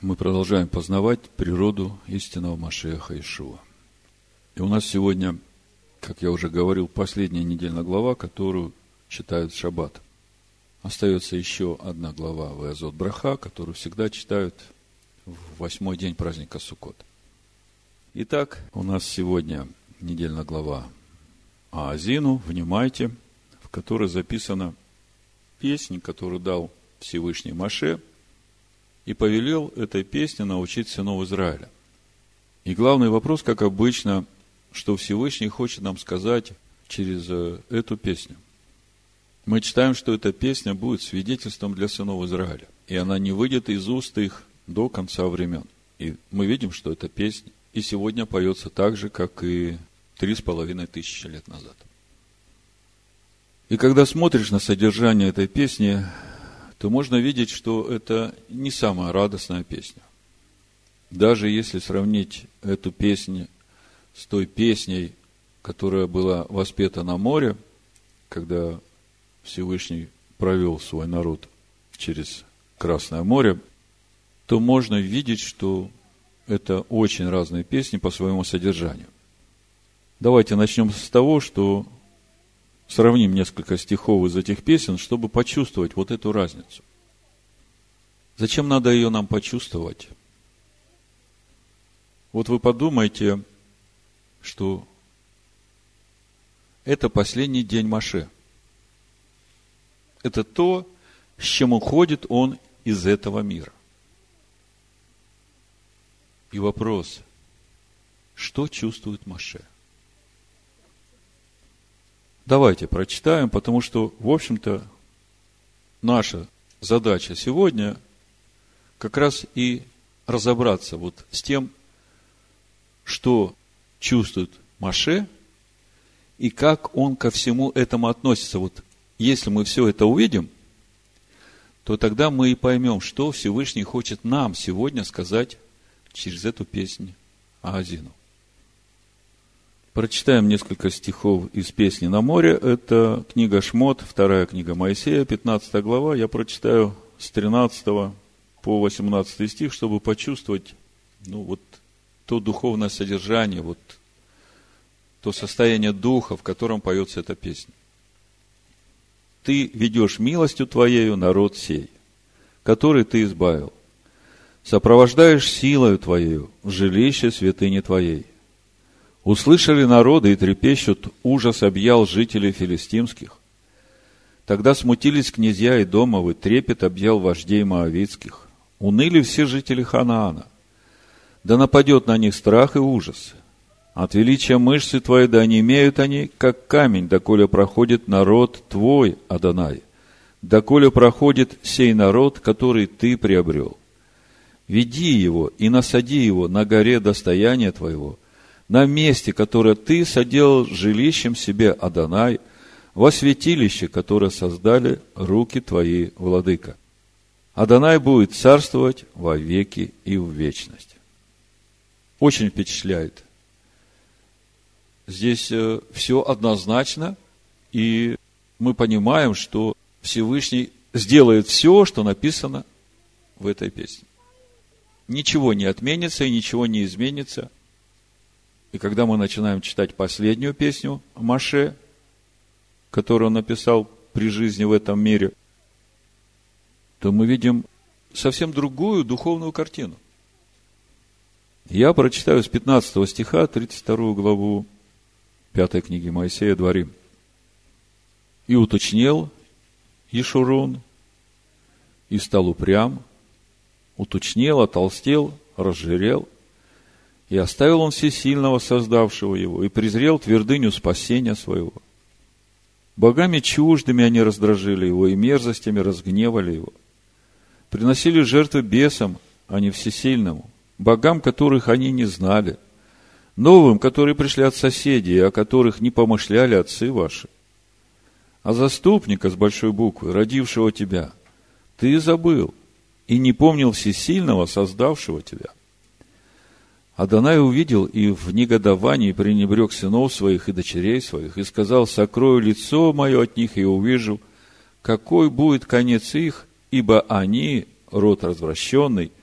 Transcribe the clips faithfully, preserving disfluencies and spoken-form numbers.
Мы продолжаем познавать природу истинного Машиаха Иешуа. И у нас сегодня, как я уже говорил, последняя недельная глава, которую читают в шаббат. Остается еще одна глава Ваязот Браха, которую всегда читают в восьмой день праздника Суккот. Итак, у нас сегодня недельная глава Аазину, внимайте, в которой записана песнь, которую дал Всевышний Моше, и повелел этой песне научить сынов Израиля. И главный вопрос, как обычно, что Всевышний хочет нам сказать через эту песню. Мы читаем, что эта песня будет свидетельством для сынов Израиля, и она не выйдет из уст их до конца времен. И мы видим, что эта песня и сегодня поется так же, как и три с половиной тысячи лет назад. И когда смотришь на содержание этой песни, то можно видеть, что это не самая радостная песня. Даже если сравнить эту песню с той песней, которая была воспета на море, когда Всевышний провел свой народ через Красное море, то можно видеть, что это очень разные песни по своему содержанию. Давайте начнем с того, что сравним несколько стихов из этих песен, чтобы почувствовать вот эту разницу. Зачем надо ее нам почувствовать? Вот вы подумайте, что это последний день Моше. Это то, с чем уходит он из этого мира. И вопрос, что чувствует Моше? Давайте прочитаем, потому что, в общем-то, наша задача сегодня как раз и разобраться вот с тем, что чувствует Моше и как он ко всему этому относится. Вот если мы все это увидим, то тогда мы и поймем, что Всевышний хочет нам сегодня сказать через эту песню Аазину. Прочитаем несколько стихов из песни на море. Это книга Шмот, вторая книга Моисея, пятнадцатая глава. Я прочитаю с тринадцатого по восемнадцатый стих, чтобы почувствовать, ну, вот то духовное содержание, вот то состояние духа, в котором поется эта песня. «Ты ведешь милостью Твоею народ сей, который Ты избавил. Сопровождаешь силою Твоею в жилище святыни Твоей. Услышали народы и трепещут, ужас объял жителей филистимских. Тогда смутились князья и домовы, трепет объял вождей моавитских. Уныли все жители Ханаана. Да нападет на них страх и ужас. От величия мышцы Твоей да онемеют они, как камень, доколе проходит народ Твой, Адонай, доколе проходит сей народ, который Ты приобрел. Веди его и насади его на горе достояния Твоего, на месте, которое Ты соделал жилищем себе, Адонай, во святилище, которое создали руки Твои, Владыка. Адонай будет царствовать во веки и в вечность». Очень впечатляет. Здесь все однозначно, и мы понимаем, что Всевышний сделает все, что написано в этой песне. Ничего не отменится и ничего не изменится. И когда мы начинаем читать последнюю песню Моше, которую он написал при жизни в этом мире, то мы видим совсем другую духовную картину. Я прочитаю с пятнадцатого стиха, тридцать вторую главу пятой книги Моисея, Дворим. «И уточнел Ешурун, и стал упрям, уточнел, отолстел, разжирел, и оставил он всесильного, создавшего его, и презрел твердыню спасения своего. Богами чуждыми они раздражили его, и мерзостями разгневали его. Приносили жертвы бесам, а не всесильному, богам, которых они не знали, новым, которые пришли от соседей, о которых не помышляли отцы ваши. А заступника с большой буквы, родившего тебя, ты забыл и не помнил всесильного, создавшего тебя. Адонай увидел и в негодовании пренебрег сынов своих и дочерей своих, и сказал: сокрою лицо мое от них и увижу, какой будет конец их, ибо они, род развращенный,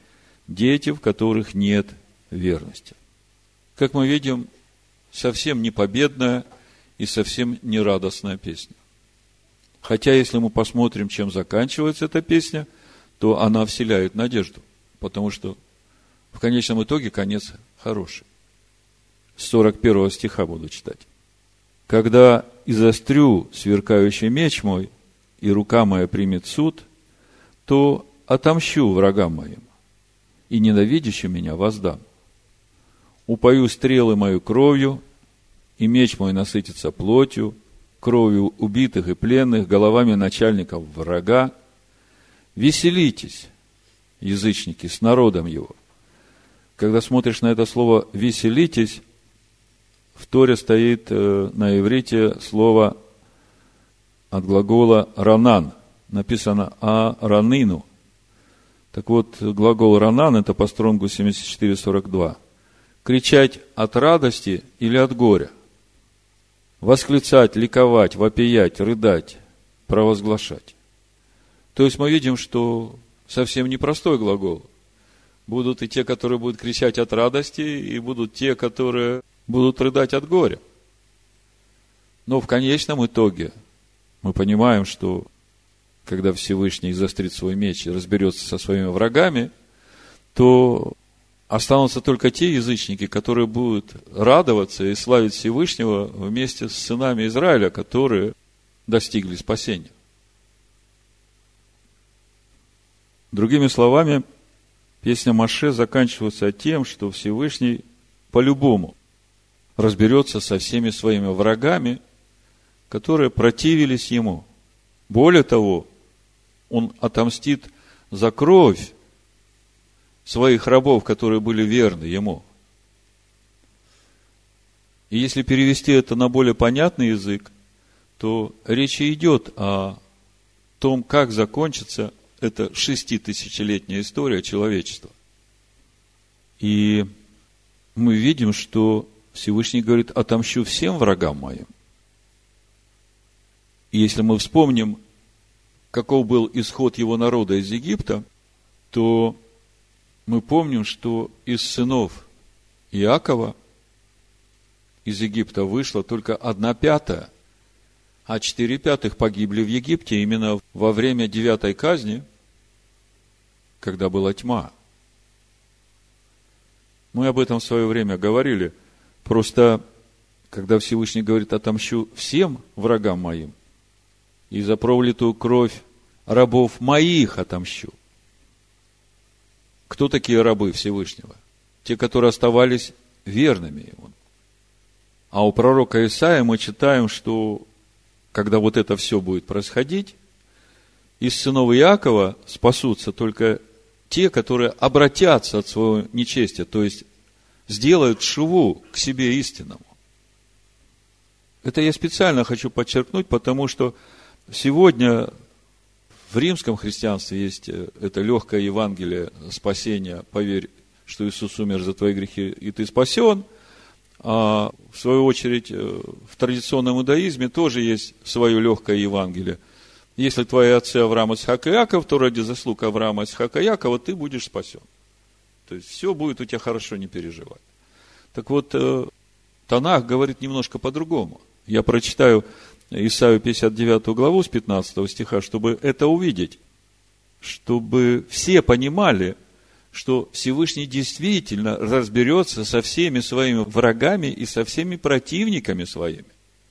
дети, в которых нет верности. Как мы видим, совсем не победная и совсем не радостная песня. Хотя, если мы посмотрим, чем заканчивается эта песня, то она вселяет надежду, потому что в конечном итоге конец хороший. С сорок первого стиха буду читать. «Когда изострю сверкающий меч мой, и рука моя примет суд, то отомщу врагам моим, и ненавидящим меня воздам. Упою стрелы мою кровью, и меч мой насытится плотью, кровью убитых и пленных, головами начальников врага. Веселитесь, язычники, с народом его». Когда смотришь на это слово «веселитесь», в Торе стоит на иврите слово от глагола «ранан». Написано «а-ранину». Так вот, глагол «ранан» – это по стронгу семьдесят четыре сорок два. Кричать от радости или от горя. Восклицать, ликовать, вопиять, рыдать, провозглашать. То есть мы видим, что совсем непростой глагол. Будут и те, которые будут кричать от радости, и будут те, которые будут рыдать от горя. Но в конечном итоге мы понимаем, что когда Всевышний изострит свой меч и разберется со своими врагами, то останутся только те язычники, которые будут радоваться и славить Всевышнего вместе с сынами Израиля, которые достигли спасения. Другими словами, песня Моше заканчивается тем, что Всевышний по-любому разберется со всеми своими врагами, которые противились ему. Более того, он отомстит за кровь своих рабов, которые были верны ему. И если перевести это на более понятный язык, то речь идет о том, как закончится эта шеститысячелетняя история человечества. И мы видим, что Всевышний говорит: отомщу всем врагам моим. И если мы вспомним, каков был исход его народа из Египта, то мы помним, что из сынов Иакова из Египта вышла только одна пятая, а четыре пятых погибли в Египте именно во время девятой казни, когда была тьма. Мы об этом в свое время говорили. Просто, когда Всевышний говорит: отомщу всем врагам моим, и за пролитую кровь рабов моих отомщу. Кто такие рабы Всевышнего? Те, которые оставались верными ему. А у пророка Исаия мы читаем, что когда вот это все будет происходить, из сынов Иакова спасутся только те, которые обратятся от своего нечестия, то есть сделают шуву к себе истинному. Это я специально хочу подчеркнуть, потому что сегодня в римском христианстве есть это легкое Евангелие спасения: поверь, что Иисус умер за твои грехи, и ты спасен. А в свою очередь в традиционном иудаизме тоже есть свое легкое Евангелие. Если твои отцы Авраам, Ицхак и Иаков, то ради заслуг Авраама, Ицхака и Иакова ты будешь спасен. То есть все будет у тебя хорошо, не переживай. Так вот, Танах говорит немножко по-другому. Я прочитаю Исаию пятьдесят девятую главу с пятнадцатого стиха, чтобы это увидеть, чтобы все понимали, что Всевышний действительно разберется со всеми своими врагами и со всеми противниками своими.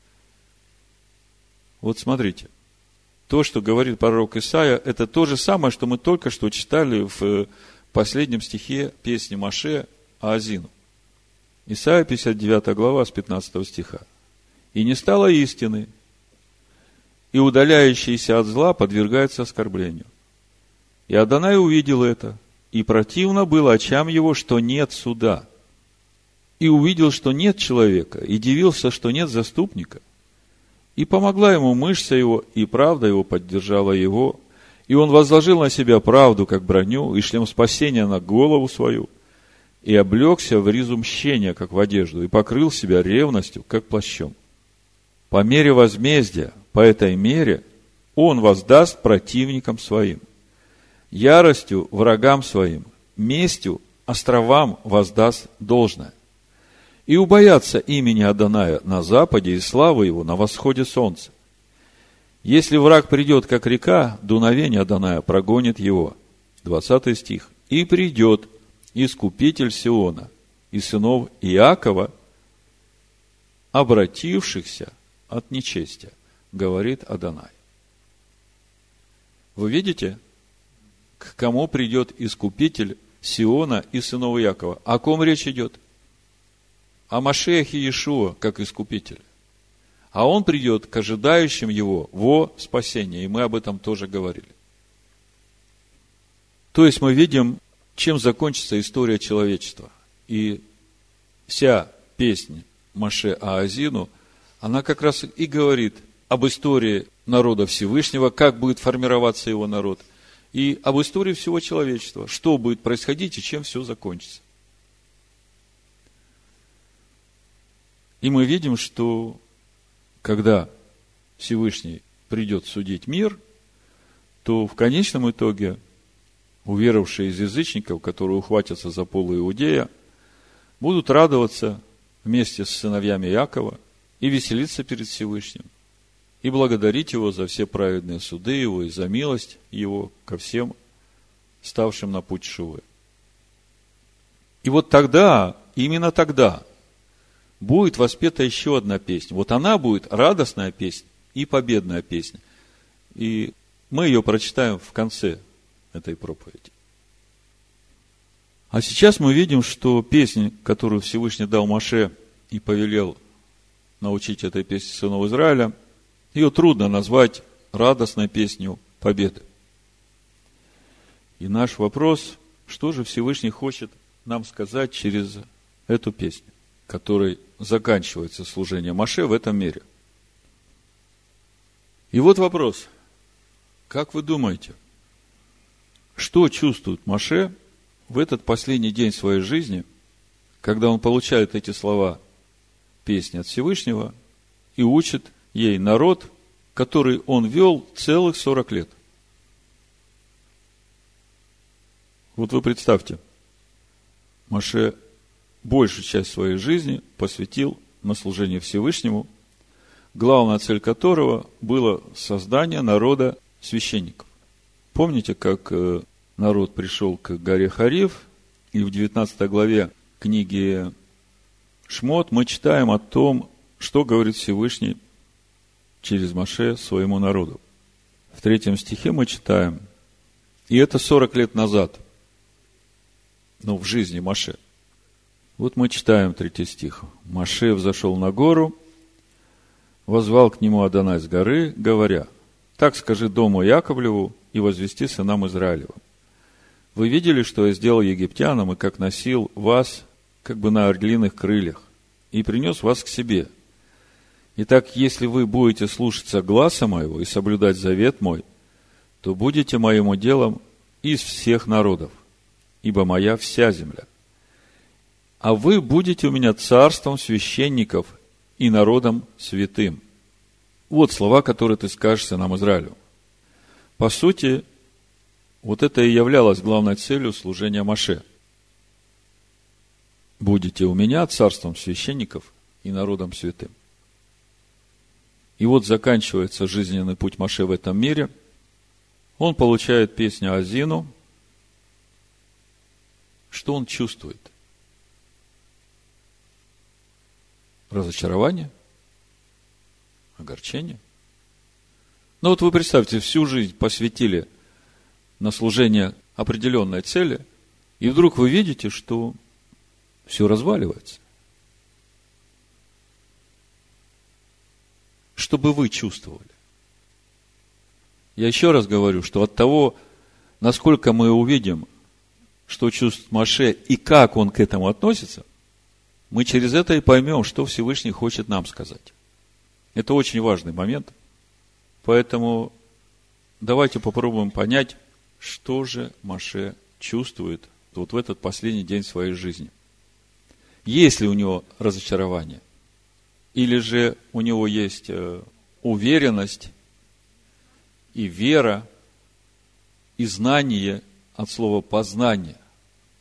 Вот смотрите, то, что говорит пророк Исаия, это то же самое, что мы только что читали в последнем стихе песни Моше Аазину. Исаия пятьдесят девятая глава с пятнадцатого стиха. «И не стало истины, и удаляющийся от зла подвергается оскорблению. И Адонай увидел это, и противно было очам его, что нет суда. И увидел, что нет человека, и дивился, что нет заступника. И помогла ему мышца его, и правда его поддержала его. И он возложил на себя правду, как броню, и шлем спасения на голову свою, и облегся в ризу мщения, как в одежду, и покрыл себя ревностью, как плащом. По мере возмездия, по этой мере, он воздаст противникам своим, яростью врагам своим, местью островам воздаст должное. И убоятся имени Адоная на западе и славы его на восходе солнца. Если враг придет, как река, дуновение Адоная прогонит его. двадцатый стих. И придет искупитель Сиона и сынов Иакова, обратившихся от нечестия, говорит Адонай. Вы видите, к кому придет искупитель Сиона и сынов Иакова? О ком речь идет? О Машиахе Иешуа, как искупитель. А он придет к ожидающим его во спасение. И мы об этом тоже говорили. То есть мы видим, чем закончится история человечества. И вся песня Моше Аазину, она как раз и говорит об истории народа Всевышнего, как будет формироваться его народ, и об истории всего человечества, что будет происходить и чем все закончится. И мы видим, что когда Всевышний придет судить мир, то в конечном итоге уверовавшие из язычников, которые ухватятся за полу Иудея, будут радоваться вместе с сыновьями Иакова и веселиться перед Всевышним, и благодарить Его за все праведные суды Его и за милость Его ко всем, ставшим на путь Шувы. И вот тогда, именно тогда, будет воспета еще одна песня. Вот она будет радостная песня и победная песня. И мы ее прочитаем в конце этой проповеди. А сейчас мы видим, что песня, которую Всевышний дал Моше и повелел научить этой песне сынов Израиля, ее трудно назвать радостной песней победы. И наш вопрос, что же Всевышний хочет нам сказать через эту песню, которой заканчивается служение Моше в этом мире. И вот вопрос. Как вы думаете, что чувствует Моше в этот последний день своей жизни, когда он получает эти слова песни от Всевышнего и учит ей народ, который он вел целых сорок лет? Вот вы представьте, Моше большую часть своей жизни посвятил на служение Всевышнему, главная цель которого было создание народа священников. Помните, как народ пришел к горе Хорев, и в девятнадцатой главе книги Шмот мы читаем о том, что говорит Всевышний через Моше своему народу. В третьем стихе мы читаем, и это сорок лет назад, ну, в жизни Моше. Вот мы читаем третий стих. Моше взошел на гору, воззвал к нему Адонай с горы, говоря: так скажи дому Яковлеву и возвести сынам Израилевым. Вы видели, что я сделал египтянам, и как носил вас, как бы на орлиных крыльях, и принес вас к себе. Итак, если вы будете слушаться гласа моего и соблюдать завет мой, то будете моим уделом из всех народов, ибо моя вся земля. А вы будете у меня царством священников и народом святым. Вот слова, которые ты скажешь сынам Израилю. По сути, вот это и являлось главной целью служения Моше. Будете у меня царством священников и народом святым. И вот заканчивается жизненный путь Моше в этом мире. Он получает песню Азину. Что он чувствует? Разочарование? Огорчение? Ну вот вы представьте, всю жизнь посвятили на служение определенной цели, и вдруг вы видите, что все разваливается. Что бы вы чувствовали? Я еще раз говорю, что от того, насколько мы увидим, что чувствует Моше и как он к этому относится, мы через это и поймем, что Всевышний хочет нам сказать. Это очень важный момент. Поэтому давайте попробуем понять, что же Моше чувствует вот в этот последний день своей жизни. Есть ли у него разочарование? Или же у него есть уверенность и вера, и знание от слова познание,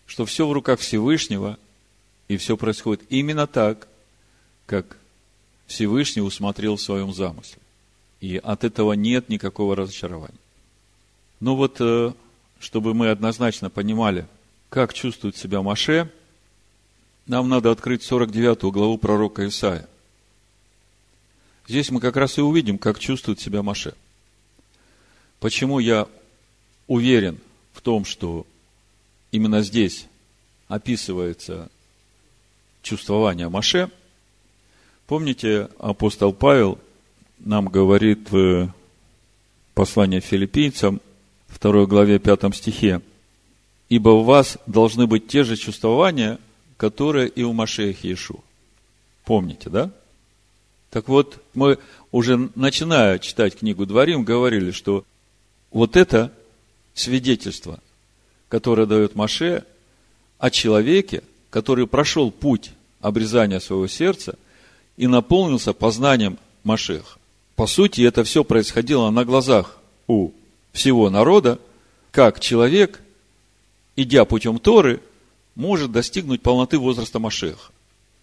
что все в руках Всевышнего, и все происходит именно так, как Всевышний усмотрел в своем замысле. И от этого нет никакого разочарования. Но вот, чтобы мы однозначно понимали, как чувствует себя Моше, нам надо открыть сорок девятую главу пророка Исаия. Здесь мы как раз и увидим, как чувствует себя Моше. Почему я уверен в том, что именно здесь описывается чувствование Моше? Помните, апостол Павел нам говорит в послании филиппийцам, второй главе, пятом стихе: «Ибо у вас должны быть те же чувствования, которые и у Машиаха Иешуа». Помните, да? Так вот, мы уже, начиная читать книгу Дворим, говорили, что вот это свидетельство, которое дает Моше о человеке, который прошел путь обрезания своего сердца и наполнился познанием Машиаха. По сути, это все происходило на глазах у всего народа, как человек, идя путем Торы, может достигнуть полноты возраста Машиаха.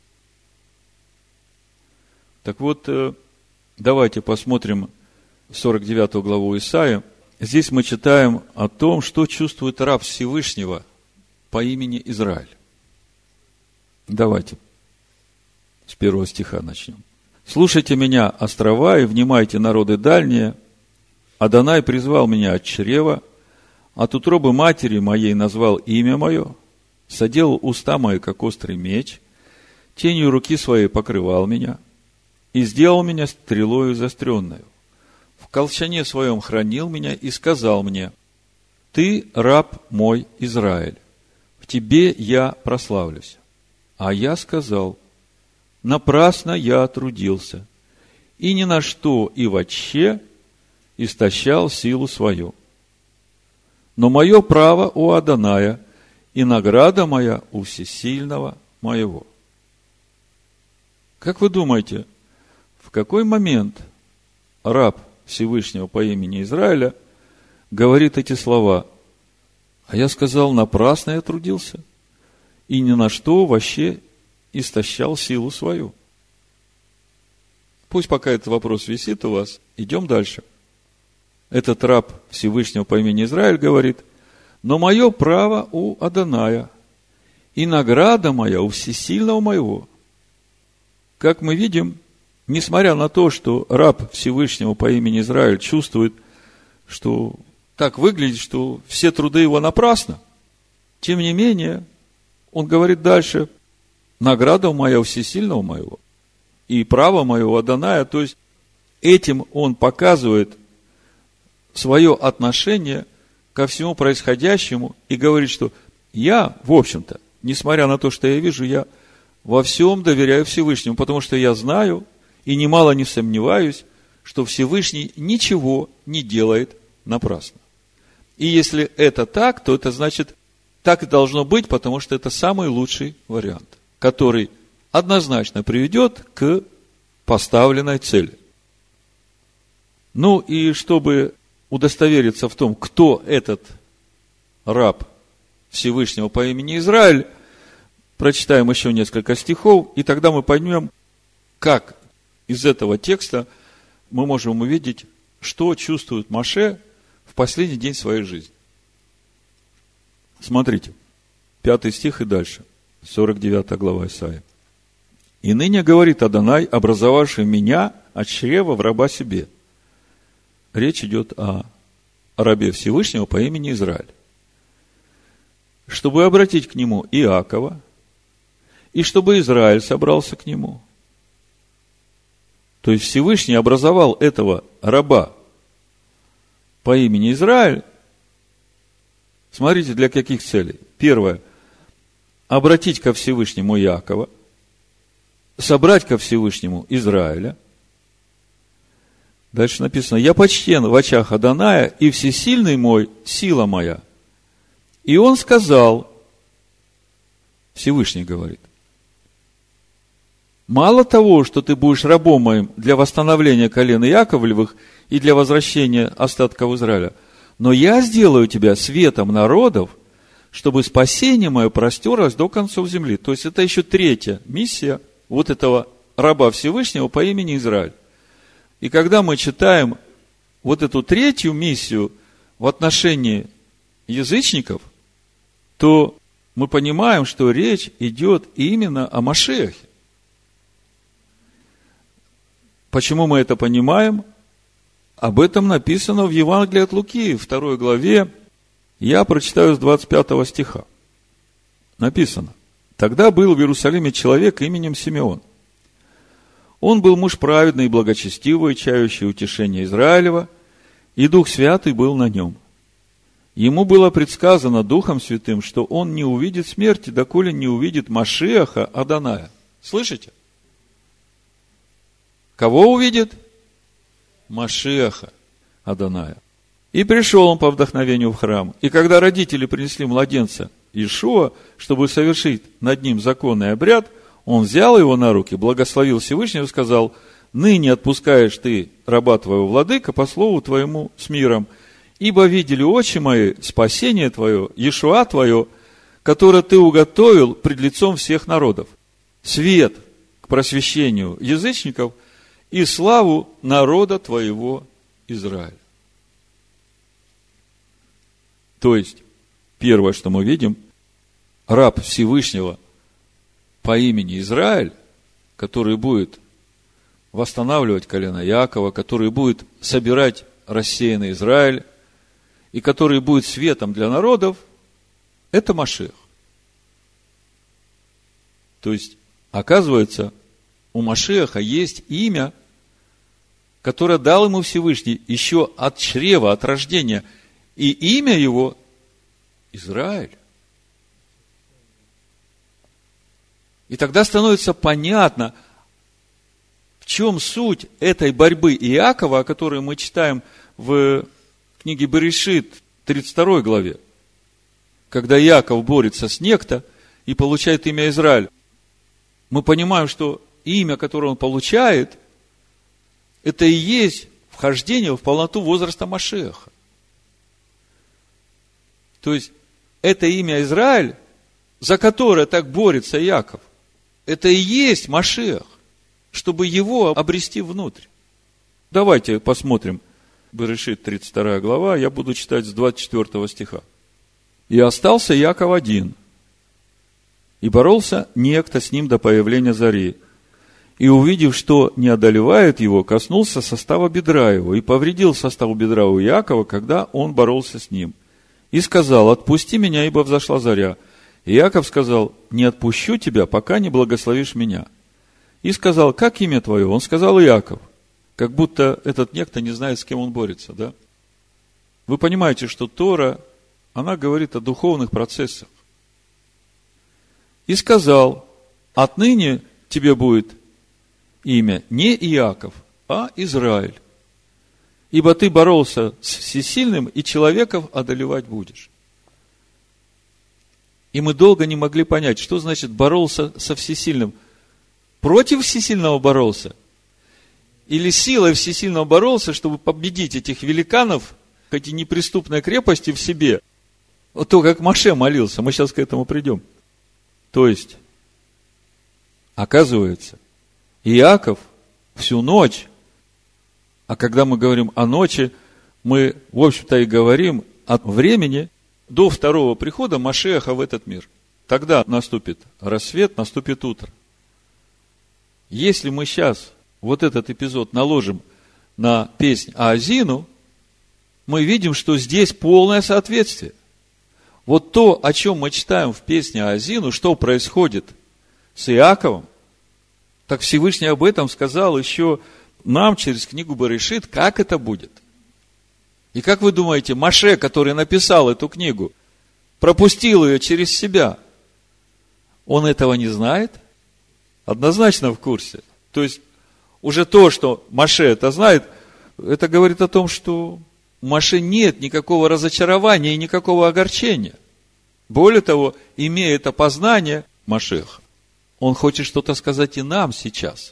Так вот, давайте посмотрим сорок девятую главу Исаии. Здесь мы читаем о том, что чувствует раб Всевышнего по имени Израиль. Давайте с первого стиха начнем. «Слушайте меня, острова, и внимайте, народы дальние. Адонай призвал меня от чрева, от утробы матери моей назвал имя мое, соделал уста мои, как острый меч, тенью руки своей покрывал меня, и сделал меня стрелою заостренную. В колчане своем хранил меня и сказал мне: ты раб мой Израиль, в тебе я прославлюсь. А я сказал: напрасно я трудился, и ни на что и вообще истощал силу свою. Но мое право у Адоная, и награда моя у всесильного моего». Как вы думаете, в какой момент раб Всевышнего по имени Израиля говорит эти слова? А я сказал: напрасно я трудился, и ни на что вообще истощал силу свою. Пусть пока этот вопрос висит у вас, идем дальше. Этот раб Всевышнего по имени Израиль говорит: но мое право у Адоная, и награда моя у всесильного моего. Как мы видим, несмотря на то, что раб Всевышнего по имени Израиль чувствует, что так выглядит, что все труды его напрасно, тем не менее, он говорит дальше: награда моя у всесильного моего, и право мое у Адоная. То есть, этим он показывает свое отношение ко всему происходящему и говорит, что я, в общем-то, несмотря на то, что я вижу, я во всем доверяю Всевышнему, потому что я знаю и немало не сомневаюсь, что Всевышний ничего не делает напрасно. И если это так, то это значит, так и должно быть, потому что это самый лучший вариант, который однозначно приведет к поставленной цели. Ну и чтобы удостовериться в том, кто этот раб Всевышнего по имени Израиль, прочитаем еще несколько стихов, и тогда мы поймем, как из этого текста мы можем увидеть, что чувствует Моше в последний день своей жизни. Смотрите, пятый стих и дальше, сорок девятая глава Исаии. «И ныне говорит Адонай, образовавший меня от чрева в раба себе». Речь идет о рабе Всевышнего по имени Израиль. «Чтобы обратить к нему Иакова, и чтобы Израиль собрался к нему». То есть Всевышний образовал этого раба по имени Израиль. Смотрите, для каких целей. Первое. Обратить ко Всевышнему Иакова, собрать ко Всевышнему Израиля. Дальше написано: «Я почтен в очах Адоная, и всесильный мой, сила моя». И он сказал, Всевышний говорит: мало того, что ты будешь рабом моим для восстановления колен Яковлевых и для возвращения остатков Израиля, но я сделаю тебя светом народов, чтобы спасение мое простерлось до концов земли. То есть, это еще третья миссия вот этого раба Всевышнего по имени Израиль. И когда мы читаем вот эту третью миссию в отношении язычников, то мы понимаем, что речь идет именно о Машиахе. Почему мы это понимаем? Об этом написано в Евангелии от Луки, второй главе. Я прочитаю с двадцать пятого стиха. Написано: «Тогда был в Иерусалиме человек именем Симеон. Он был муж праведный и благочестивый, чающий утешение Израилева, и Дух Святый был на нем. Ему было предсказано Духом Святым, что он не увидит смерти, доколе не увидит Машиаха Адоная». Слышите? Кого увидит? Машиаха Адоная. «И пришел он по вдохновению в храм. И когда родители принесли младенца Иешуа, чтобы совершить над ним законный обряд, он взял его на руки, благословил Всевышнего и сказал: ныне отпускаешь ты раба твоего, владыка, по слову твоему с миром, ибо видели очи мои спасение твое, Иешуа твое, которое ты уготовил пред лицом всех народов, свет к просвещению язычников и славу народа твоего Израиля». То есть, первое, что мы видим, раб Всевышнего по имени Израиль, который будет восстанавливать колено Якова, который будет собирать рассеянный Израиль, и который будет светом для народов, это Машиах. То есть, оказывается, у Машиаха есть имя, которое дал ему Всевышний еще от чрева, от рождения, и имя его Израиль. И тогда становится понятно, в чем суть этой борьбы Иакова, о которой мы читаем в книге Берешит, тридцать второй главе, когда Иаков борется с некто и получает имя Израиль. Мы понимаем, что имя, которое он получает, это и есть вхождение в полноту возраста Машиаха. То есть, это имя Израиль, за которое так борется Иаков, это и есть Машиах, чтобы его обрести внутрь. Давайте посмотрим. Берешит, тридцать вторая глава, я буду читать с двадцать четвёртого стиха. «И остался Иаков один, и боролся некто с ним до появления зари. И, увидев, что не одолевает его, коснулся состава бедра его, и повредил состав бедра у Иакова, когда он боролся с ним. И сказал: отпусти меня, ибо взошла заря. И Иаков сказал: не отпущу тебя, пока не благословишь меня. И сказал: как имя твое? Он сказал: Иаков. Как будто этот некто не знает, с кем он борется, да? Вы понимаете, что Тора, она говорит о духовных процессах. И сказал: отныне тебе будет имя не Иаков, а Израиль. Ибо ты боролся с всесильным, и человеков одолевать будешь. И мы долго не могли понять, что значит боролся со всесильным. Против всесильного боролся? Или силой всесильного боролся, чтобы победить этих великанов, эти неприступные крепости в себе? Вот то, как Моше молился, мы сейчас к этому придем. То есть, оказывается, Иаков всю ночь, а когда мы говорим о ночи, мы, в общем-то, и говорим о времени до второго прихода Машиаха в этот мир. Тогда наступит рассвет, наступит утро. Если мы сейчас вот этот эпизод наложим на песнь Аазину, мы видим, что здесь полное соответствие. Вот то, о чем мы читаем в песне Аазину, что происходит с Иаковом, так Всевышний об этом сказал еще нам через книгу Берешит, как это будет. И как вы думаете, Моше, который написал эту книгу, пропустил ее через себя, он этого не знает? Однозначно в курсе. То есть, уже то, что Моше это знает, это говорит о том, что у Моше нет никакого разочарования и никакого огорчения. Более того, имея это познание Машиаха, он хочет что-то сказать и нам сейчас.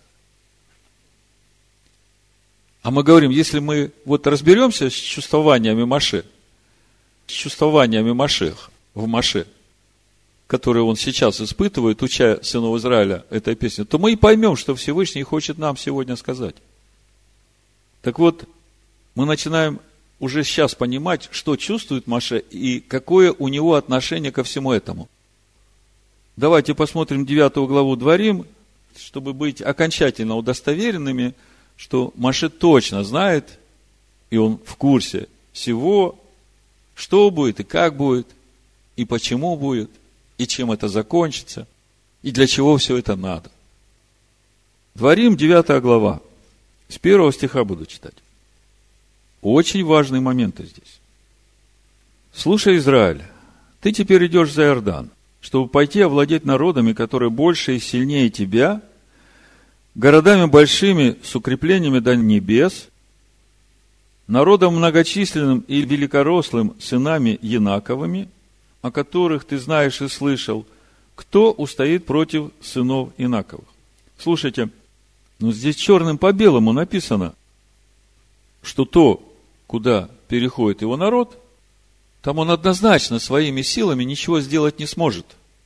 А мы говорим, если мы вот разберемся с чувствованиями Моше, с чувствованиями Машиаха, в Моше, которые он сейчас испытывает, уча сынов Израиля этой песни, то мы и поймем, что Всевышний хочет нам сегодня сказать. Так вот, мы начинаем уже сейчас понимать, что чувствует Моше и какое у него отношение ко всему этому. Давайте посмотрим девятую главу Дворим, чтобы быть окончательно удостоверенными, что Моше точно знает, и он в курсе всего, что будет и как будет, и почему будет, и чем это закончится, и для чего все это надо. Дворим, девятая глава. С первого стиха буду читать. Очень важные моменты здесь. Слушай, Израиль, ты теперь идешь за Иордан, чтобы пойти овладеть народами, которые больше и сильнее тебя, городами большими с укреплениями до небес, народом многочисленным и великорослым сынами Янаковыми, о которых ты знаешь и слышал, кто устоит против сынов Инаковых. Слушайте, ну здесь черным по белому написано, что то, куда переходит его народ, там он однозначно своими силами ничего сделать не сможет.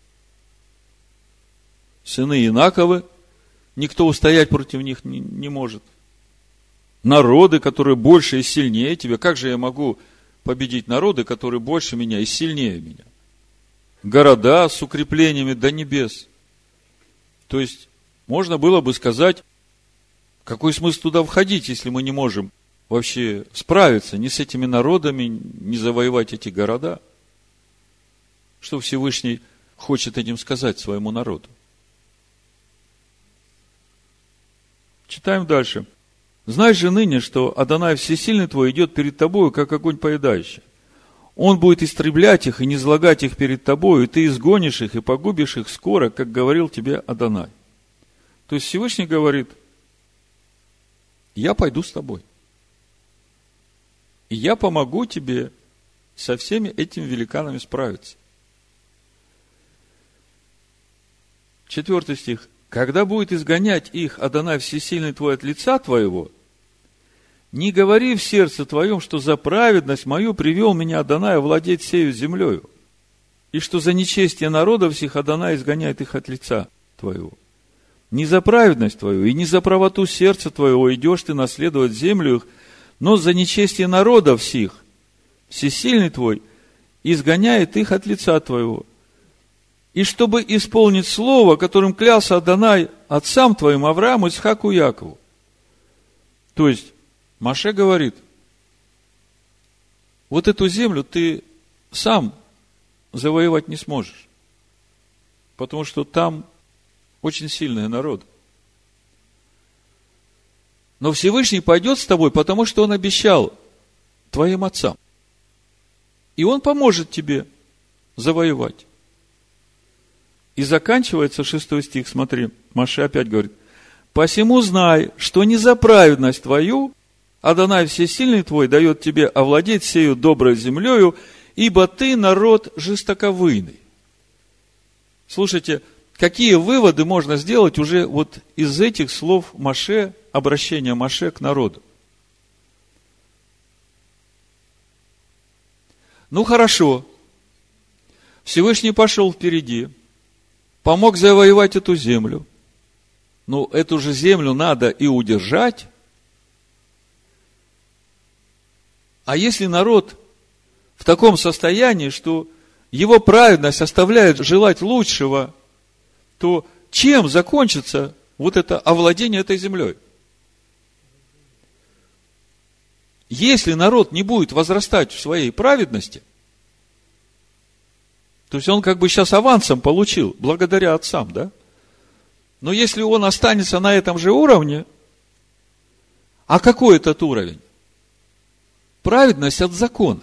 Сыны Инаковы, никто устоять против них не, не может. Народы, которые больше и сильнее тебя, как же я могу победить народы, которые больше меня и сильнее меня? Города с укреплениями до небес. То есть, можно было бы сказать, какой смысл туда входить, если мы не можем вообще справиться ни с этими народами, ни завоевать эти города? Что Всевышний хочет этим сказать своему народу? Читаем дальше. Знаешь же ныне, что Адонай Всесильный твой идет перед тобою, как огонь поедающий. Он будет истреблять их и низвергать их перед тобою, и ты изгонишь их и погубишь их скоро, как говорил тебе Адонай. То есть Всевышний говорит, я пойду с тобой. И я помогу тебе со всеми этими великанами справиться. Четвертый стих. Когда будет изгонять их Адонай Всесильный твой от лица твоего, не говори в сердце твоем, что за праведность мою привел меня Адонай владеть сею землею, и что за нечестие народов всех Адонай изгоняет их от лица твоего. Не за праведность твою и не за правоту сердца твоего идешь ты наследовать землю их, но за нечестие народов всех Всесильный твой изгоняет их от лица твоего. И чтобы исполнить слово, которым клялся Адонай отцам твоим Аврааму, Ицхаку и Якову. То есть, Моше говорит, вот эту землю ты сам завоевать не сможешь, потому что там очень сильный народ. Но Всевышний пойдет с тобой, потому что Он обещал твоим отцам. И Он поможет тебе завоевать. И заканчивается шестой стих, смотри, Моше опять говорит, посему знай, что не за праведность твою Адонай Всесильный твой дает тебе овладеть сею доброй землею, ибо ты народ жестоковыйный. Слушайте, какие выводы можно сделать уже вот из этих слов Моше, обращения Моше к народу? Ну хорошо, Всевышний пошел впереди, помог завоевать эту землю. Но эту же землю надо и удержать. А если народ в таком состоянии, что его праведность оставляет желать лучшего, то чем закончится вот это овладение этой землей? Если народ не будет возрастать в своей праведности, то есть он как бы сейчас авансом получил, благодаря отцам, да? Но если он останется на этом же уровне, а какой этот уровень? Праведность от закона.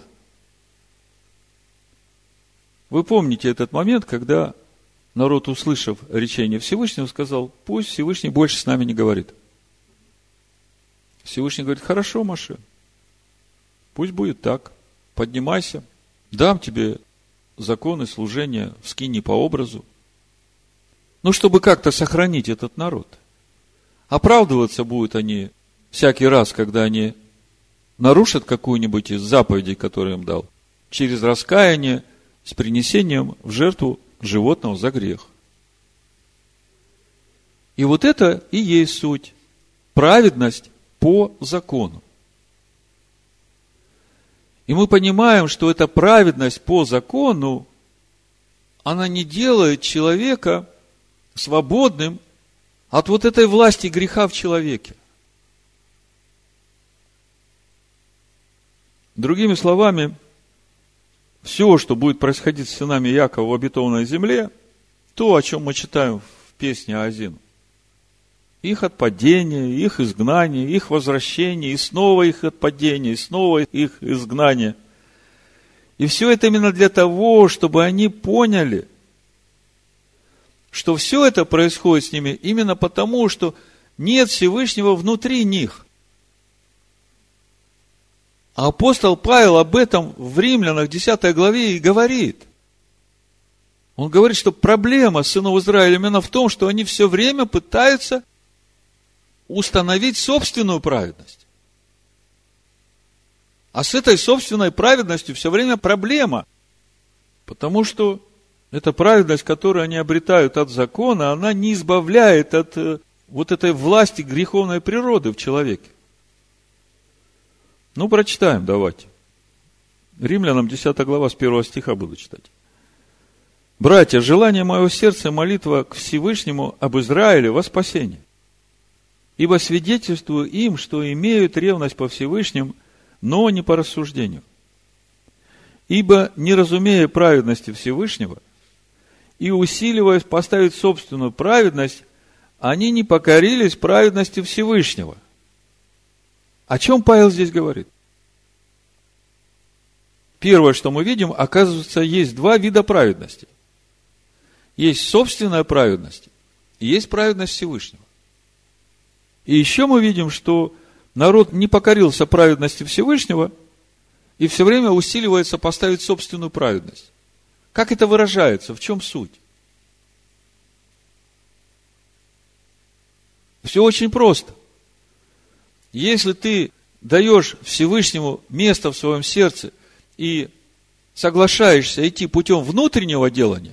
Вы помните этот момент, когда народ, услышав речение Всевышнего, сказал, пусть Всевышний больше с нами не говорит. Всевышний говорит, хорошо, Моше, пусть будет так, поднимайся, дам тебе законы служения в скинии по образу. Ну, чтобы как-то сохранить этот народ. Оправдываться будут они всякий раз, когда они нарушат какую-нибудь из заповедей, которые им дал, через раскаяние, с принесением в жертву животного за грех. И вот это и есть суть. Праведность по закону. И мы понимаем, что эта праведность по закону, она не делает человека свободным от вот этой власти греха в человеке. Другими словами, все, что будет происходить с сынами Якова в обетованной земле, то, о чем мы читаем в песне Аазину, их отпадение, их изгнание, их возвращение, и снова их отпадение, и снова их изгнание. И все это именно для того, чтобы они поняли, что все это происходит с ними именно потому, что нет Всевышнего внутри них. А апостол Павел об этом в Римлянах десятой главе и говорит. Он говорит, что проблема сынов Израиля именно в том, что они все время пытаются установить собственную праведность. А с этой собственной праведностью все время проблема. Потому что эта праведность, которую они обретают от закона, она не избавляет от э, вот этой власти греховной природы в человеке. Ну, прочитаем, давайте. Римлянам десятая глава с первого стиха буду читать. «Братья, желание моего сердца и молитва к Всевышнему об Израиле во спасение. Ибо свидетельствую им, что имеют ревность по Всевышним, но не по рассуждению. Ибо, не разумея праведности Всевышнего и усиливаясь поставить собственную праведность, они не покорились праведности Всевышнего». О чем Павел здесь говорит? Первое, что мы видим, оказывается, есть два вида праведности. Есть собственная праведность, и есть праведность Всевышнего. И еще мы видим, что народ не покорился праведности Всевышнего и все время усиливается поставить собственную праведность. Как это выражается? В чем суть? Все очень просто. Если ты даешь Всевышнему место в своем сердце и соглашаешься идти путем внутреннего делания,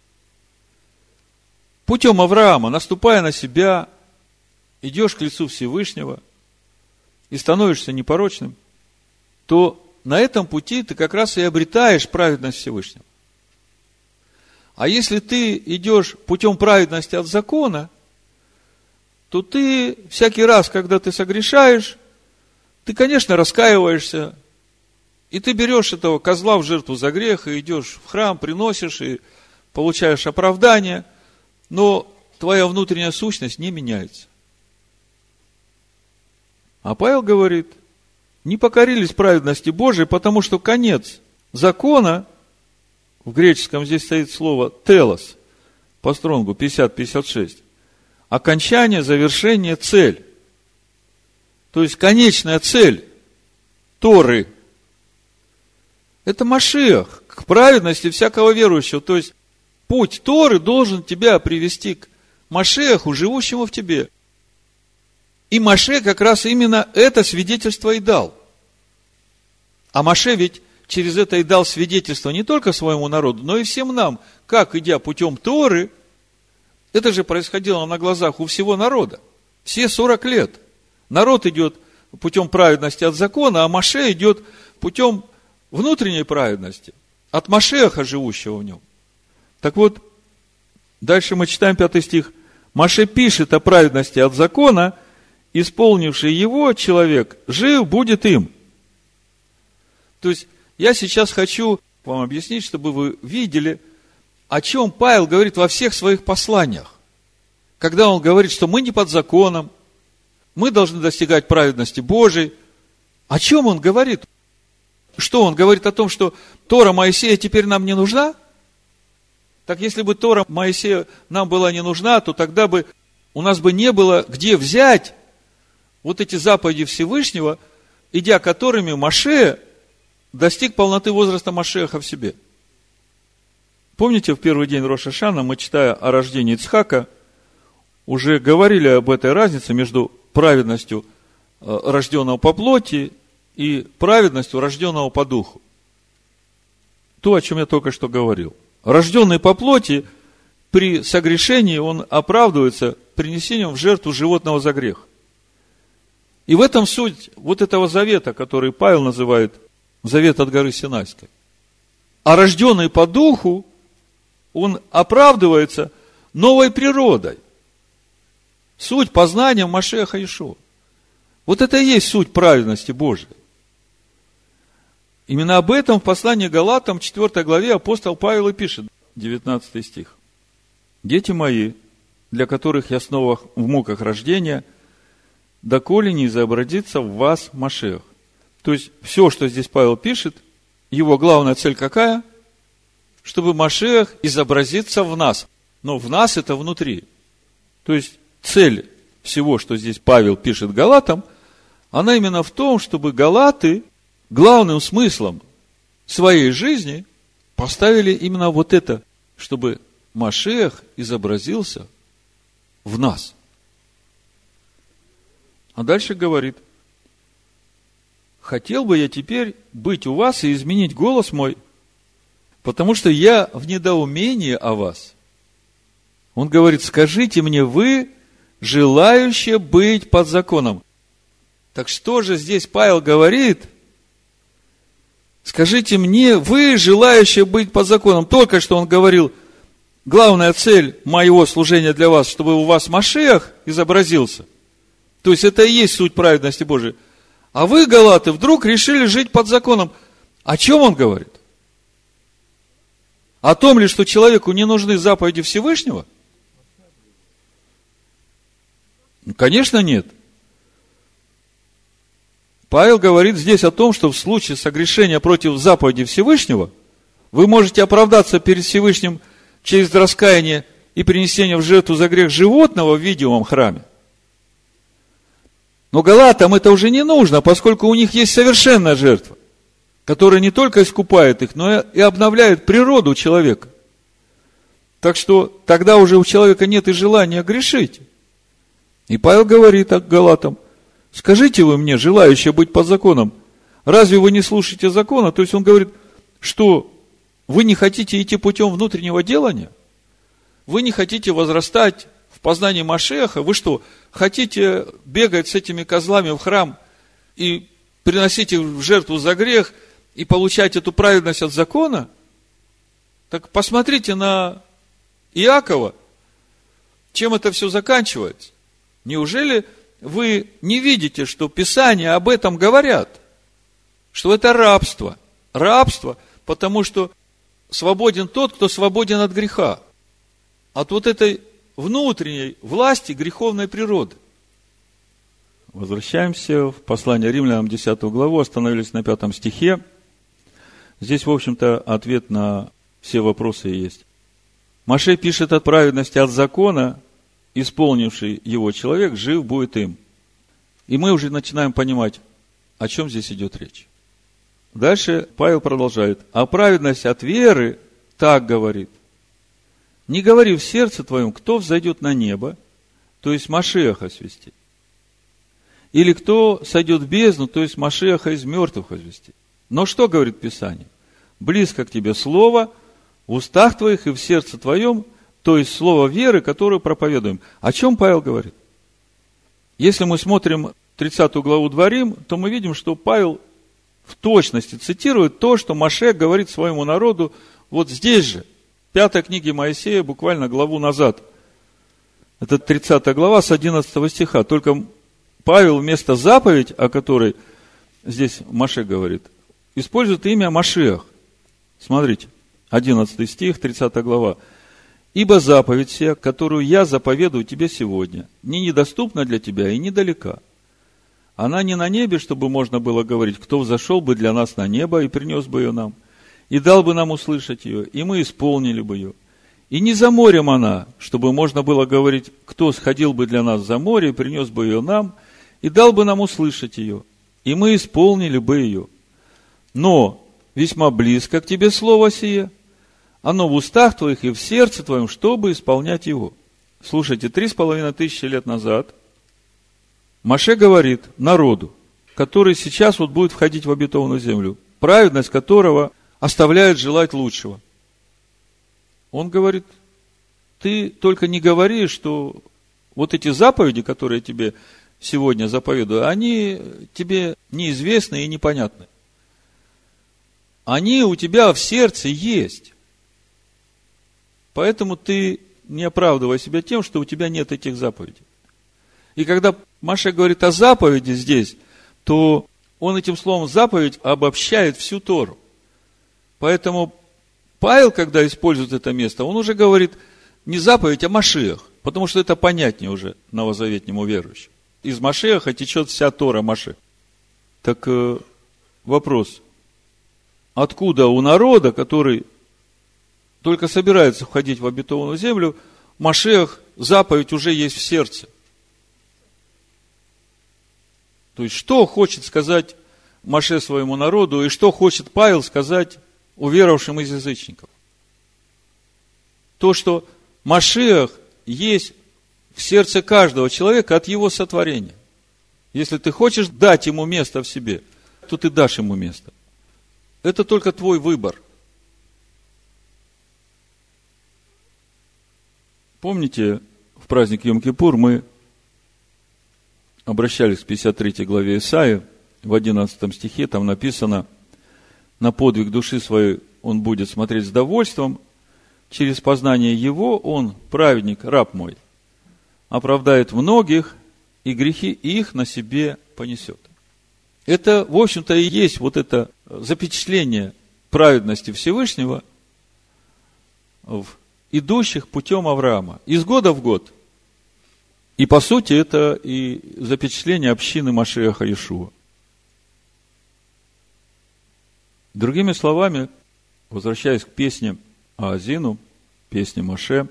путем Авраама, наступая на себя, идешь к лицу Всевышнего и становишься непорочным, то на этом пути ты как раз и обретаешь праведность Всевышнего. А если ты идешь путем праведности от закона, то ты всякий раз, когда ты согрешаешь, ты, конечно, раскаиваешься, и ты берешь этого козла в жертву за грех, и идешь в храм, приносишь, и получаешь оправдание, но твоя внутренняя сущность не меняется. А Павел говорит, не покорились праведности Божией, потому что конец закона, в греческом здесь стоит слово «телос», по стронгу пятьдесят пятьдесят шесть, окончание, завершение, цель. То есть, конечная цель Торы – это Машиах, к праведности всякого верующего. То есть, путь Торы должен тебя привести к Машиаху, живущему в тебе. И Моше как раз именно это свидетельство и дал. А Моше ведь через это и дал свидетельство не только своему народу, но и всем нам, как, идя путем Торы, это же происходило на глазах у всего народа. Все сорок лет. Народ идет путем праведности от закона, а Моше идет путем внутренней праведности, от Машеха, живущего в нем. Так вот, дальше мы читаем пятый стих. Моше пишет о праведности от закона, исполнивший его человек, жив будет им. То есть, я сейчас хочу вам объяснить, чтобы вы видели, о чем Павел говорит во всех своих посланиях. Когда он говорит, что мы не под законом, мы должны достигать праведности Божией. О чем он говорит? Что он говорит о том, что Тора Моисея теперь нам не нужна? Так если бы Тора Моисея нам была не нужна, то тогда бы у нас бы не было где взять вот эти заповеди Всевышнего, идя которыми Моше достиг полноты возраста Машеха в себе. Помните, в первый день Рош ха-Шана мы, читая о рождении Ицхака, уже говорили об этой разнице между праведностью рожденного по плоти и праведностью рожденного по духу. то, о чем я только что говорил. Рожденный по плоти, при согрешении он оправдывается принесением в жертву животного за грех. И в этом суть вот этого завета, который Павел называет завет от горы Синайской. А рожденный по духу, он оправдывается новой природой. Суть познания Машиаха Иешуа. Вот это и есть суть праведности Божией. Именно об этом в послании к Галатам, четвёртой главе, апостол Павел и пишет, девятнадцатый стих. «Дети мои, для которых я снова в муках рождения, доколе не изобразится в вас Машиах». То есть, все, что здесь Павел пишет, его главная цель какая? Чтобы Машиах изобразится в нас. Но в нас это внутри. То есть, цель всего, что здесь Павел пишет Галатам, она именно в том, чтобы галаты главным смыслом своей жизни поставили именно вот это, чтобы Машиах изобразился в нас. А дальше говорит: хотел бы я теперь быть у вас и изменить голос мой, потому что я в недоумении о вас. Он говорит: скажите мне вы, желающие быть под законом. Так что же здесь Павел говорит? Скажите мне, вы, желающие быть под законом. Только что он говорил, главная цель моего служения для вас, чтобы у вас Машиах изобразился. То есть это и есть суть праведности Божией. А вы, галаты, вдруг решили жить под законом. О чем он говорит? О том ли, что человеку не нужны заповеди Всевышнего? Конечно, нет. Павел говорит здесь о том, что в случае согрешения против заповеди Всевышнего вы можете оправдаться перед Всевышним через раскаяние и принесение в жертву за грех животного в видимом храме. Но галатам это уже не нужно, поскольку у них есть совершенная жертва, которая не только искупает их, но и обновляет природу человека. Так что тогда уже у человека нет и желания грешить. И Павел говорит галатам: скажите вы мне, желающие быть под законом, разве вы не слушаете закона? То есть он говорит, что вы не хотите идти путем внутреннего делания? Вы не хотите возрастать в познании Машиаха? Вы что, хотите бегать с этими козлами в храм и приносить их в жертву за грех и получать эту праведность от закона? Так посмотрите на Иакова, чем это все заканчивается. Неужели вы не видите, что Писания об этом говорят? Что это рабство. Рабство, потому что свободен тот, кто свободен от греха. От вот этой внутренней власти греховной природы. Возвращаемся в послание Римлянам, десятую главу, остановились на пятом стихе. Здесь, в общем-то, ответ на все вопросы есть. Моше пишет о праведности от закона, исполнивший его человек, жив будет им. И мы уже начинаем понимать, о чем здесь идет речь. Дальше Павел продолжает. А праведность от веры так говорит: не говори в сердце твоем, кто взойдет на небо, то есть Машиаха свести, или кто сойдет в бездну, то есть Машиаха из мертвых возвести. Но что говорит Писание? Близко к тебе слово в устах твоих и в сердце твоем, то есть слово веры, которое проповедуем. О чем Павел говорит? Если мы смотрим тридцатую главу Дворим, то мы видим, что Павел в точности цитирует то, что Моше говорит своему народу вот здесь же, в пятой книге Моисея, буквально главу назад. Это тридцатая глава с одиннадцатого стиха. Только Павел вместо заповедь, о которой здесь Моше говорит, использует имя Машиах. Смотрите, одиннадцатый стих, тридцатая глава. «Ибо заповедь сия, которую я заповедую тебе сегодня, не недоступна для тебя и недалека. Она не на небе, чтобы можно было говорить, кто взошел бы для нас на небо и принес бы ее нам, и дал бы нам услышать ее, и мы исполнили бы ее. И не за морем она, чтобы можно было говорить, кто сходил бы для нас за море и принес бы ее нам, и дал бы нам услышать ее, и мы исполнили бы ее. Но весьма близко к тебе слово сие, оно в устах твоих и в сердце твоем, чтобы исполнять его». Слушайте, три с половиной тысячи лет назад Моше говорит народу, который сейчас вот будет входить в обетованную землю, праведность которого оставляет желать лучшего. Он говорит, ты только не говори, что вот эти заповеди, которые я тебе сегодня заповедую, они тебе неизвестны и непонятны. Они у тебя в сердце есть. Поэтому ты не оправдывай себя тем, что у тебя нет этих заповедей. И когда Моше говорит о заповеди здесь, то он этим словом заповедь обобщает всю Тору. Поэтому Павел, когда использует это место, он уже говорит не заповедь, а Машиах, потому что это понятнее уже новозаветнему верующему. Из Машиаха течет вся Тора Моше. Так э, вопрос, откуда у народа, который только собирается входить в обетованную землю, Машиах, заповедь уже есть в сердце? То есть, что хочет сказать Моше своему народу, и что хочет Павел сказать уверовавшим из язычников? То, что Машиах есть в сердце каждого человека от его сотворения. Если ты хочешь дать ему место в себе, то ты дашь ему место. Это только твой выбор. Помните, в праздник Йом-Кипур мы обращались к пятьдесят третьей главе Исаии, в одиннадцатом стихе, там написано: на подвиг души своей он будет смотреть с довольством, через познание его он, праведник, раб мой, оправдает многих, и грехи их на себе понесет. Это, в общем-то, и есть вот это запечатление праведности Всевышнего в идущих путем Авраама, из года в год. И, по сути, это и запечатление общины Машиаха Иешуа. Другими словами, возвращаясь к песне Аазину, песне Моше,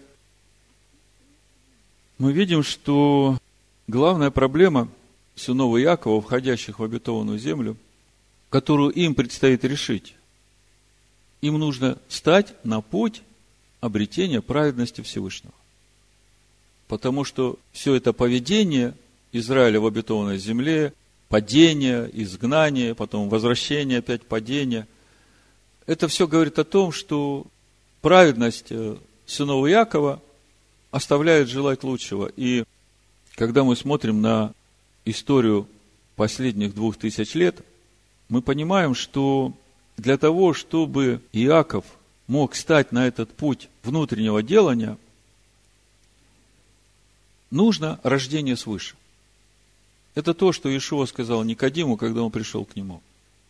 мы видим, что главная проблема сынов Иакова, входящих в обетованную землю, которую им предстоит решить, им нужно стать на путь обретения праведности Всевышнего. Потому что все это поведение Израиля в обетованной земле, падение, изгнание, потом возвращение, опять падение, это все говорит о том, что праведность сынов Иакова оставляет желать лучшего. И когда мы смотрим на историю последних двух тысяч лет, мы понимаем, что для того, чтобы Иаков мог стать на этот путь внутреннего делания, нужно рождение свыше. Это то, что Иешуа сказал Никодиму, когда он пришел к нему.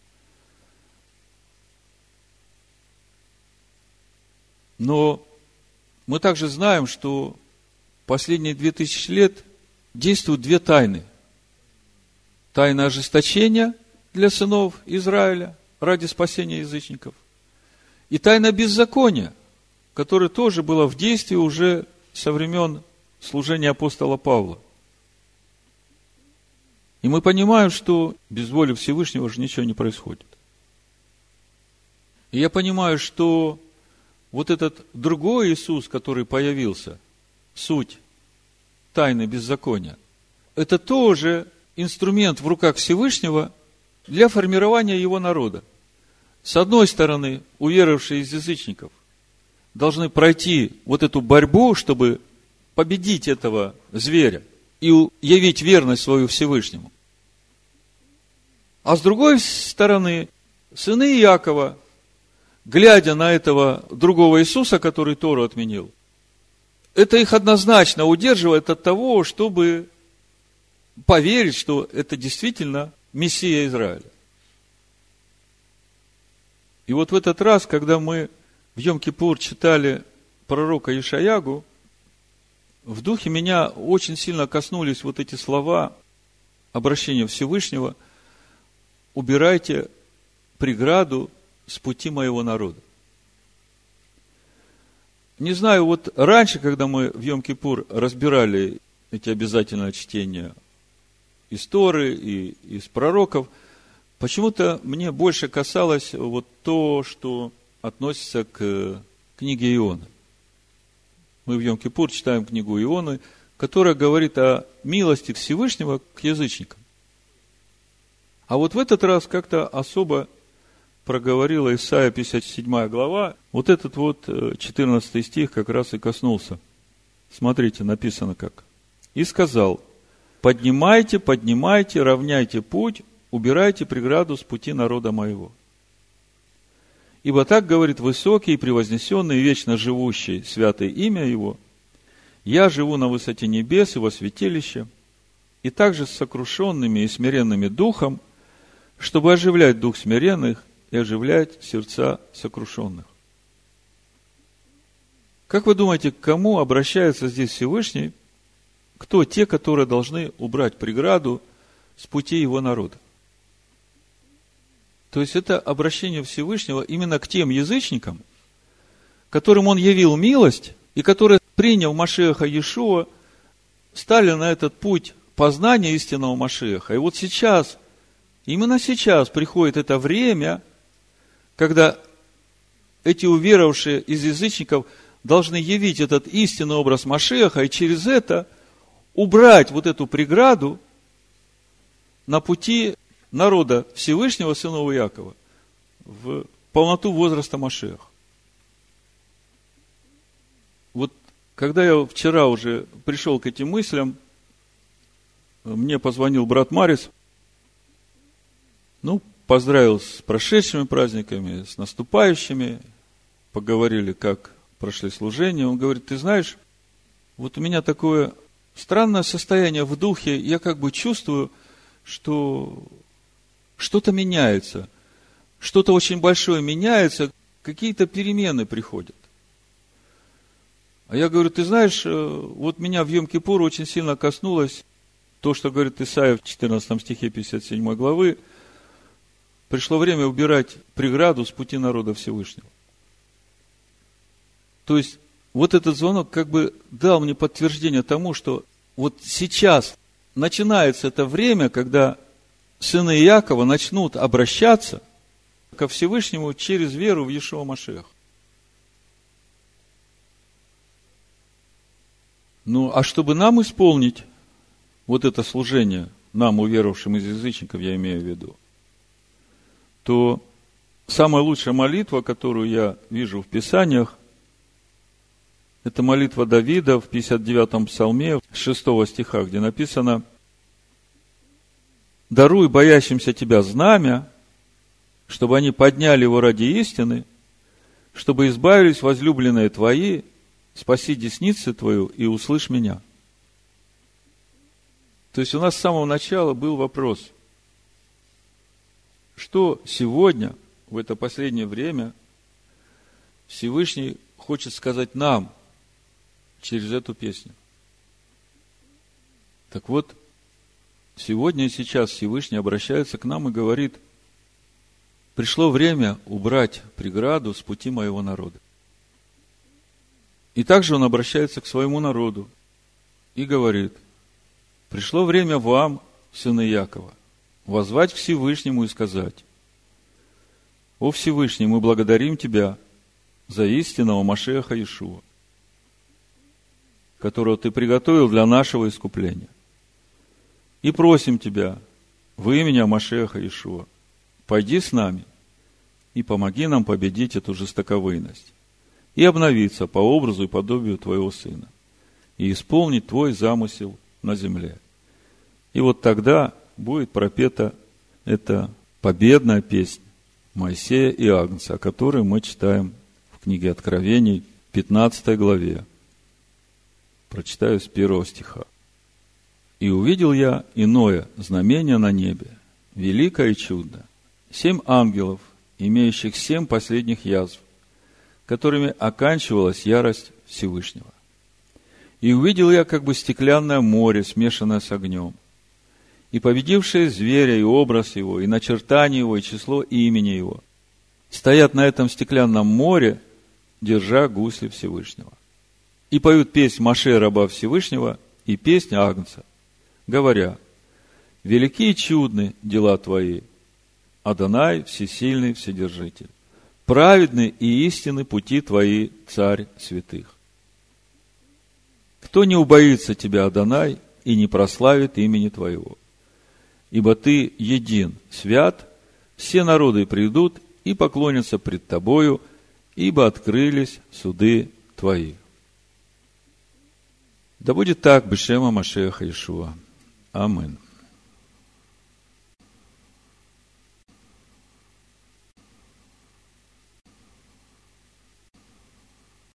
Но мы также знаем, что последние две тысячи лет действуют две тайны. Тайна ожесточения для сынов Израиля ради спасения язычников. И тайна беззакония, которая тоже была в действии уже со времен служения апостола Павла. И мы понимаем, что без воли Всевышнего же ничего не происходит. И я понимаю, что вот этот другой Иисус, который появился, суть тайны беззакония, это тоже инструмент в руках Всевышнего для формирования его народа. С одной стороны, уверовавшие из язычников должны пройти вот эту борьбу, чтобы победить этого зверя и явить верность свою Всевышнему. А с другой стороны, сыны Иакова, глядя на этого другого Иисуса, который Тору отменил, это их однозначно удерживает от того, чтобы поверить, что это действительно Мессия Израиля. И вот в этот раз, когда мы в Йом-Кипур читали пророка Ишаягу, в духе меня очень сильно коснулись вот эти слова обращения Всевышнего: убирайте преграду с пути моего народа. Не знаю, вот раньше, когда мы в Йом-Кипур разбирали эти обязательные чтения из Торы и из пророков, почему-то мне больше касалось вот то, что относится к книге Ионы. Мы в Йом-Кипур читаем книгу Ионы, которая говорит о милости Всевышнего к язычникам. А вот в этот раз как-то особо проговорила Исайя пятьдесят седьмая глава, вот этот вот четырнадцатый стих как раз и коснулся. Смотрите, написано как. «И сказал, поднимайте, поднимайте, равняйте путь, убирайте преграду с пути народа моего. Ибо так говорит высокий, превознесенный и вечно живущий, святое имя его, я живу на высоте небес и во святилище, и также с сокрушенными и смиренными духом, чтобы оживлять дух смиренных и оживлять сердца сокрушенных». Как вы думаете, к кому обращается здесь Всевышний? Кто те, которые должны убрать преграду с пути его народа? То есть это обращение Всевышнего именно к тем язычникам, которым он явил милость, и которые, приняв Машиаха Иешуа, стали на этот путь познания истинного Машиаха. И вот сейчас, именно сейчас приходит это время, когда эти уверовавшие из язычников должны явить этот истинный образ Машиаха, и через это убрать вот эту преграду на пути народа Всевышнего, сынов Иакова, в полноту возраста Машиаха. Вот когда я вчера уже пришел к этим мыслям, мне позвонил брат Марис, ну, поздравил с прошедшими праздниками, с наступающими, поговорили, как прошли служения. Он говорит, ты знаешь, вот у меня такое странное состояние в духе, я как бы чувствую, что что-то меняется, что-то очень большое меняется, какие-то перемены приходят. А я говорю, ты знаешь, вот меня в Йом-Кипур очень сильно коснулось то, что говорит Исайя в четырнадцатом стихе пятьдесят седьмой главы, пришло время убирать преграду с пути народа Всевышнего. То есть, вот этот звонок как бы дал мне подтверждение тому, что вот сейчас начинается это время, когда сыны Иакова начнут обращаться ко Всевышнему через веру в Иешуа Машиаха. Ну, а чтобы нам исполнить вот это служение, нам, уверовавшим из язычников, я имею в виду, то самая лучшая молитва, которую я вижу в Писаниях, это молитва Давида в пятьдесят девятом псалме, шестого стиха, где написано: «Даруй боящимся Тебя знамя, чтобы они подняли его ради истины, чтобы избавились возлюбленные Твои, спаси десницы Твою и услышь меня». То есть у нас с самого начала был вопрос, что сегодня, в это последнее время, Всевышний хочет сказать нам через эту песню. Так вот, сегодня и сейчас Всевышний обращается к нам и говорит: пришло время убрать преграду с пути моего народа. И также он обращается к своему народу и говорит: пришло время вам, сыны Иакова, воззвать к Всевышнему и сказать: «О Всевышний, мы благодарим Тебя за истинного Машиаха Иешуа, которого Ты приготовил для нашего искупления. И просим Тебя во имя Машиаха Иешуа, пойди с нами и помоги нам победить эту жестоковыйность и обновиться по образу и подобию Твоего Сына и исполнить Твой замысел на земле». И вот тогда будет пропета эта победная песня Моисея и Агнца, о которой мы читаем в книге Откровений, пятнадцатой главе. Прочитаю с первого стиха. «И увидел я иное знамение на небе, великое и чудное, семь ангелов, имеющих семь последних язв, которыми оканчивалась ярость Всевышнего. И увидел я как бы стеклянное море, смешанное с огнем, и победившие зверя, и образ его, и начертание его, и число имени его, стоят на этом стеклянном море, держа гусли Всевышнего. И поют песнь Моше, раба Всевышнего, и песнь Агнца, говоря: велики и чудны дела Твои, Адонай, всесильный Вседержитель. Праведны и истинны пути Твои, Царь святых. Кто не убоится Тебя, Адонай, и не прославит имени Твоего? Ибо Ты един, свят, все народы придут и поклонятся пред тобою, ибо открылись суды твои. Да будет так, бешема Машеха Иешуа. Амин.